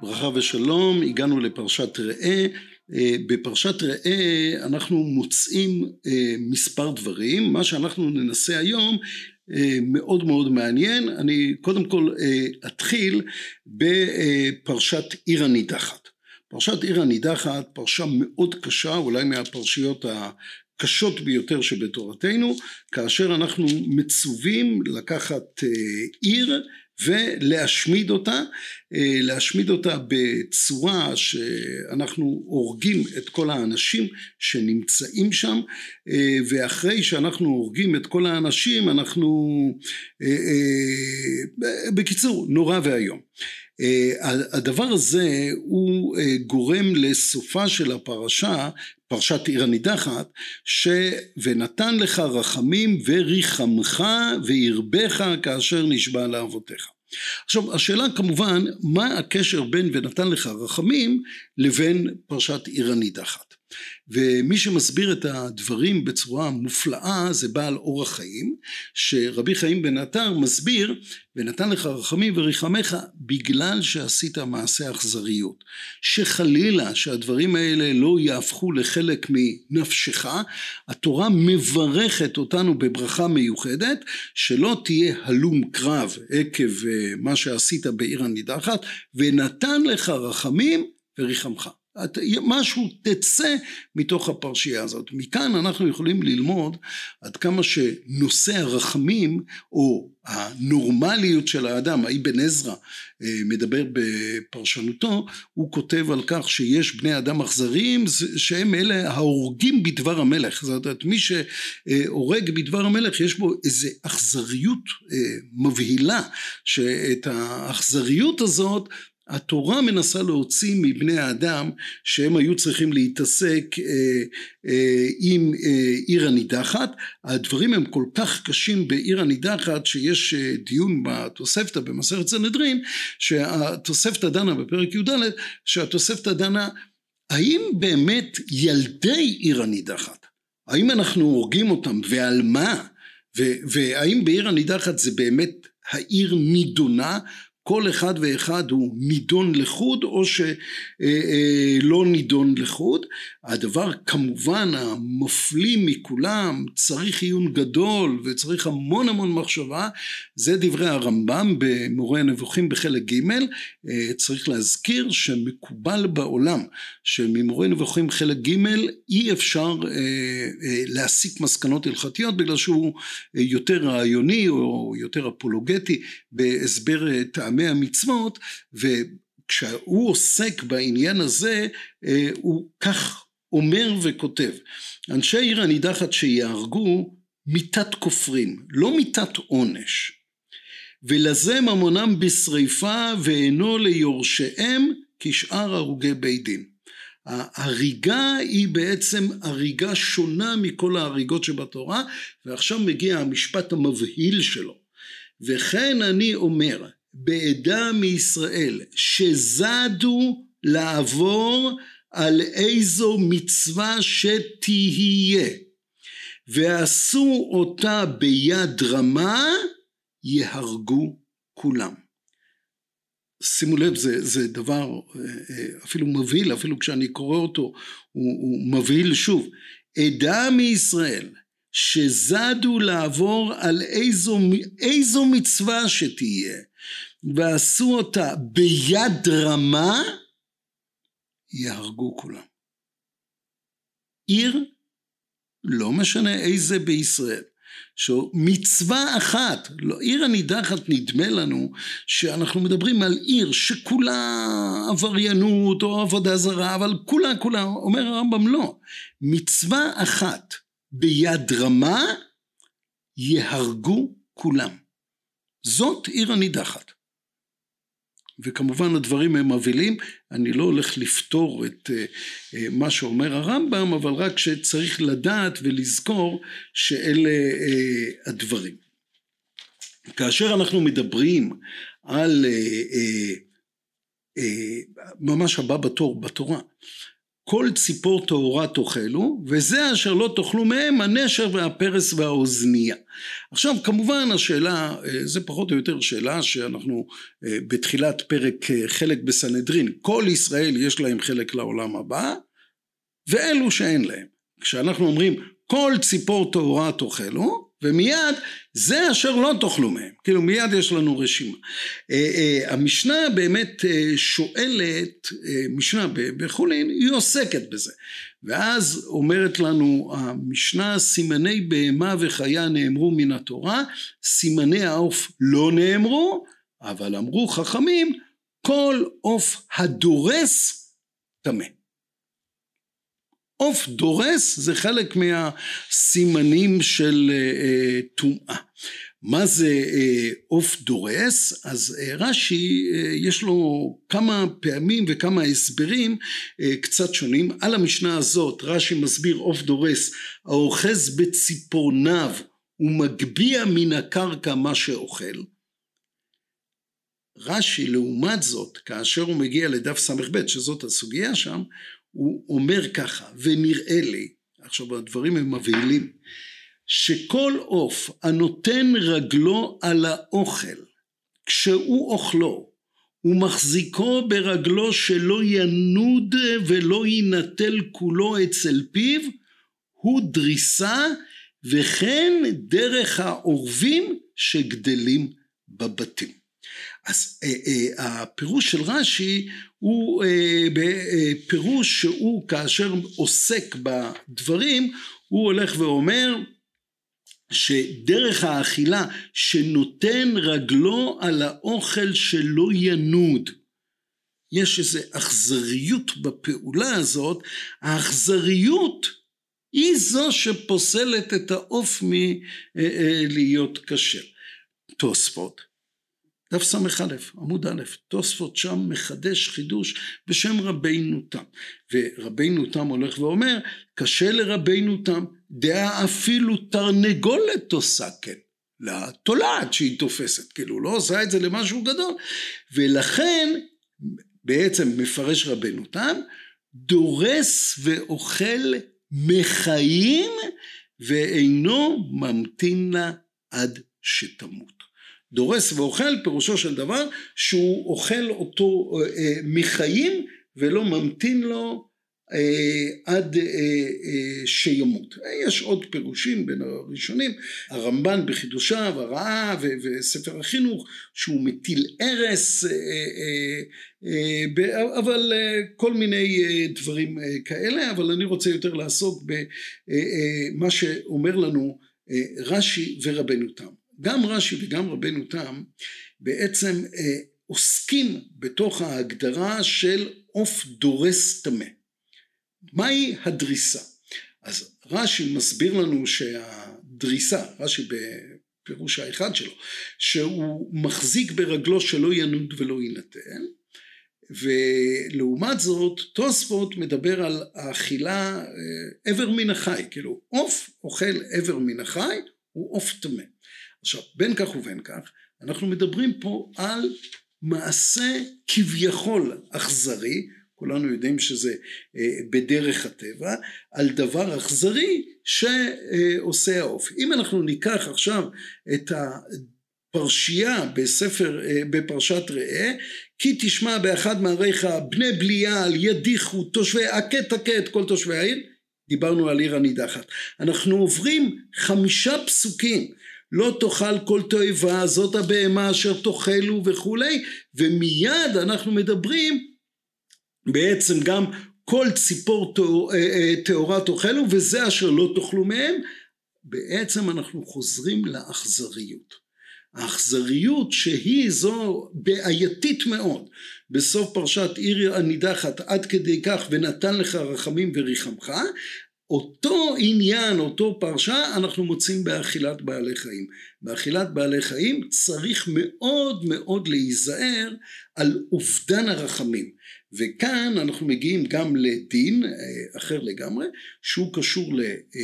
ברכה ושלום, הגענו לפרשת ראה. בפרשת ראה אנחנו מוצאים מספר דברים. מה שאנחנו ננסה היום מאוד מאוד מעניין. אני קודם כל אתחיל בפרשת עיר הנידחת. פרשת עיר הנידחת, פרשה מאוד קשה, אולי מהפרשיות הקשות ביותר שבתורתנו, כאשר אנחנו מצווים לקחת עיר ולהשמיד אותה, להשמיד אותה בצורה שאנחנו הורגים את כל האנשים שנמצאים שם, ואחרי שאנחנו הורגים את כל האנשים אנחנו, בקיצור, נורא והיום. הדבר הזה הוא גורם לסופה של הפרשה, פרשת עיר הנידחת, ונתן לך רחמים וריחמך וירבך כאשר נשבע לאבותיך. עכשיו השאלה כמובן, מה הקשר בין ונתן לך רחמים לבין פרשת עיר הנידחת? ומי שמסביר את הדברים בצורה מופלאה זה בעל אור החיים, שרבי חיים בן עטר מסביר, ונתן לך רחמים וריחמך בגלל שעשית מעשה אכזריות, שחלילה שהדברים האלה לא יהפכו לחלק מנפשך. התורה מברכת אותנו בברכה מיוחדת, שלא תהיה הלום קרב עקב מה שעשית בעיר הנידחת, ונתן לך רחמים וריחמך. משהו תצא מתוך הפרשייה הזאת. מכאן אנחנו יכולים ללמוד עד כמה שנושא הרחמים או הנורמליות של האדם, האבן עזרא מדבר בפרשנותו, הוא כותב על כך שיש בני אדם אכזריים שהם אלה ההורגים בדבר המלך. זאת אומרת, מי שהורג בדבר המלך יש בו איזו אכזריות מבהילה, שאת האכזריות הזאת התורה מנסה להוציא מבני האדם שהם היו צריכים להתעסק עם עיר הנידחת. הדברים הם כל כך קשים בעיר הנידחת שיש דיון בתוספתא במסכת סנהדרין, שהתוספתא דנה בפרק י"ד, שהתוספתא דנה האם באמת ילדי עיר הנידחת, האם אנחנו הורגים אותם ועל מה, והאם בעיר הנידחת זה באמת העיר נידונה, כל אחד ואחד הוא נידון לחוד או שלא נידון לחוד. הדבר כמובן המפליא מכולם, צריך עיון גדול וצריך המון המון מחשבה, זה דברי הרמב"ם במורה הנבוכים בחלק ג'. צריך להזכיר שמקובל בעולם שממורה הנבוכים חלק ג' אי אפשר להסיק מסקנות הלכתיות, בגלל שהוא יותר רעיוני או יותר אפולוגטי בהסבר טעמי המצוות, וכשהוא עוסק בעניין הזה הוא כך אומר וכותב: אנשי עיר הנידחת שיהרגו מיתת כופרים, לא מיתת עונש, ולזה ממונם בשריפה ואינו ליורשיהם כשאר הרוגי בית דין. ההריגה היא בעצם הריגה שונה מכל ההריגות שבתורה, ועכשיו מגיע המשפט המבהיל שלו: וכן אני אומר בעדה מישראל שזדו לעבור על איזו מצווה שתהיה ועשו אותה ביד רמה, יהרגו כולם. שימו לב, זה דבר אפילו מבהיל, אפילו כשאני קורא אותו הוא מבהיל שוב. עדה מישראל שזדו לעבור על איזו מצווה שתהיה ועשו אותה ביד רמה, יהרגו כולם. עיר, לא משנה איזה בישראל, שמצווה אחת, לא, עיר הנידחת נדמה לנו שאנחנו מדברים על עיר שכולה עבריינות או עבודה זרה, אבל כולה, אומר הרמב"ם לא, מצווה אחת ביד רמה יהרגו כולם. זאת עיר הנידחת. וכמובן הדברים הם מבהילים, אני לא הולך לפתור את מה שאומר הרמב"ם, אבל רק שצריך לדעת ולזכור שאלה הדברים. כאשר אנחנו מדברים על ממש הבא בתור בתורה, כל ציפור טהורה תאכלו, וזה אשר לא תאכלו מהם, הנשר והפרס והאוזניה. עכשיו כמובן השאלה, זה פחות או יותר שאלה שאנחנו בתחילת פרק חלק בסנהדרין, כל ישראל יש להם חלק לעולם הבא, ואלו שאין להם. כשאנחנו אומרים כל ציפור טהורה תאכלו, ומיד זה אשר לא תאכלו מהם, כאילו מיד יש לנו רשימה. המשנה באמת שואלת, משנה בחולין, היא עוסקת בזה, ואז אומרת לנו המשנה, סימני בהמה וחיה נאמרו מן התורה, סימני העוף לא נאמרו, אבל אמרו חכמים, כל עוף הדורס טמא. עוף דורס זה חלק מהסימנים של טומאה. מה זה עוף דורס? אז רש"י יש לו כמה פעמים וכמה הסברים קצת שונים. על המשנה הזאת רש"י מסביר עוף דורס, האוחז בציפורניו ומגביה מן הקרקע מה שאוכל. רש"י לעומת זאת, כאשר הוא מגיע לדף ס"ב, שזאת הסוגיה שם, הוא אומר ככה, ונראה לי, עכשיו הדברים הם מבהילים, שכל עוף הנותן רגלו על האוכל, כשהוא אוכלו, ומחזיקו ברגלו שלא ינוד ולא ינטל כולו אצל פיו, הוא דריסה, וכן דרך העורבים שגדלים בבתים. אז הפירוש של רש"י הוא פירוש שהוא כאשר עוסק בדברים, הוא הולך ואומר שדרך האכילה שנותן רגלו על האוכל שלא ינוד, יש איזו אכזריות בפעולה הזאת, האכזריות היא זו שפוסלת את העוף מלהיות כשר. תוספות דף ס"א עמוד א', תוספות שם מחדש חידוש בשם רבינו תם, ורבינו תם הולך ואומר, קשה לרבינו תם, דעה אפילו תרנגולת עושה כן, לתולעת שהיא תופסת, כאילו לא עושה את זה למשהו גדול, ולכן בעצם מפרש רבינו תם, דורס ואוכל מחיים, ואינו ממתין לה עד שתמות. דורס ואוכל פירושו של דבר שהוא אוכל אותו מחיים ולא ממתין לו עד שימות. יש עוד פירושים בין הראשונים, הרמב"ן בחידושיו, הרעה וספר החינוך, שהוא מטיל ארס, אבל כל מיני דברים כאלה, אבל אני רוצה יותר לעסוק במה שאומר לנו רש"י ורבנו תם. גם רש"י וגם רבנו תם בעצם עוסקים בתוך ההגדרה של עוף דורס טמא. מהי הדריסה? אז רש"י מסביר לנו שהדריסה, רש"י בפירוש האחד שלו, שהוא מחזיק ברגלו שלא ינוד ולא ינתן, ולעומת זאת תוספות מדבר על האכילה עבר מן החי, כאילו עוף אוכל עבר מן החי הוא עוף טמא. עכשיו בין כך ובין כך אנחנו מדברים פה על מעשה כביכול אכזרי, כולנו יודעים שזה בדרך הטבע, על דבר אכזרי שעושה העוף. אם אנחנו ניקח עכשיו את הפרשייה בפרשת ראה, כי תשמע באחד מעריך בני בליעל ידיחו תושבי עקת עקת כל תושבי העיר, דיברנו על עיר הנידחת. אנחנו עוברים 5 פסוקים, לא תאכל כל תועבה, זאת הבהמה אשר תאכלו וכולי, ומיד אנחנו מדברים בעצם גם כל ציפור טהורה תאכלו וזה אשר לא תאכלו מהם. בעצם אנחנו חוזרים לאכזריות, האכזריות שהיא זו בעייתית מאוד בסוף פרשת עיר הנידחת, עד כדי כך ונתן לך רחמים וריחמך. אותו עניין, אותו פרשה אנחנו מוצאים באכילת בעלי חיים. באכילת בעלי חיים צריך מאוד מאוד להיזהר על אובדן הרחמים, וכאן אנחנו מגיעים גם לדין אחר לגמרי, שהוא קשור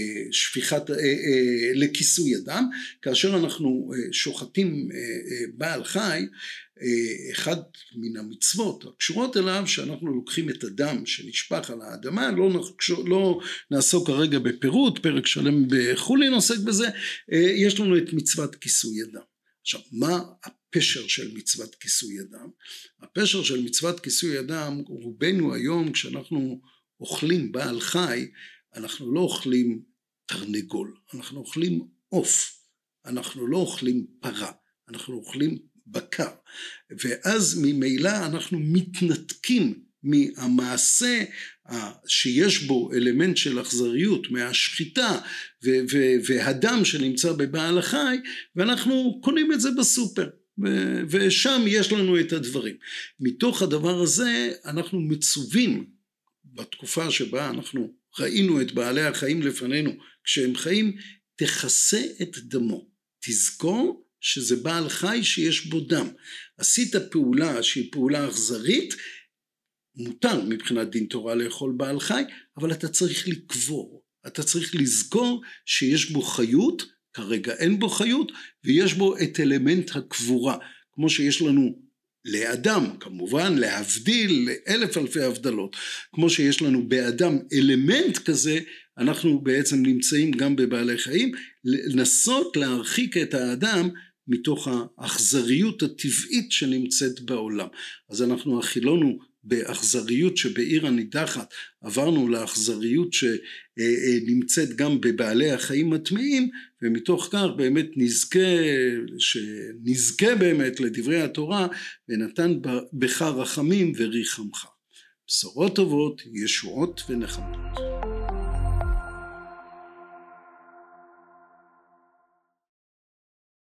לכיסוי אדם. כאשר אנחנו שוחטים בעל חי, אחד מן המצוות הקשורות אליו, שאנחנו לוקחים את הדם שנשפך על האדמה, לא נעסוק כרגע בפירוט, פרק שלם בחולין עוסק בזה, יש לנו את מצוות כיסוי אדם. עכשיו, מה הפשר של מצוות כיסוי אדם? הפשר של מצוות כיסוי אדם, רובנו היום כשאנחנו אוכלים בעל חי, אנחנו לא אוכלים תרנגול, אנחנו אוכלים עוף, אנחנו לא אוכלים פרה, אנחנו אוכלים בקר, ואז ממילא אנחנו מתנתקים מהמעשה שיש בו אלמנט של אכזריות, מהשחיטה והדם שנמצא בבעל החי, ואנחנו קונים את זה בסופר, ושם יש לנו את הדברים. מתוך הדבר הזה אנחנו מצווים, בתקופה שבה אנחנו ראינו את בעלי החיים לפנינו כשהם חיים, תכסה את דמו, תזכור שזה בעל חי שיש בו דם. עשית פעולה שהיא פעולה אכזרית, מותר מבחינת דין תורה לאכול בעל חי, אבל אתה צריך לקבור, אתה צריך לזכור שיש בו חיות, כרגע אין בו חיות, ויש בו את אלמנט הקבורה, כמו שיש לנו לאדם, כמובן להבדיל לאלף אלפי הבדלות, כמו שיש לנו באדם אלמנט כזה, אנחנו בעצם נמצאים גם בבעלי חיים, לנסות להרחיק את האדם מתוך האכזריות הטבעית שנמצאת בעולם. אז אנחנו אכילונו באכזריות שבעיר הנידחת, עברנו לאכזריות שנמצאת גם בבעלי החיים הטמאים, ומתוך כך באמת נזכה באמת לדברי התורה, ונתן בך רחמים וריחמך. בשורות טובות, ישועות ונחמות.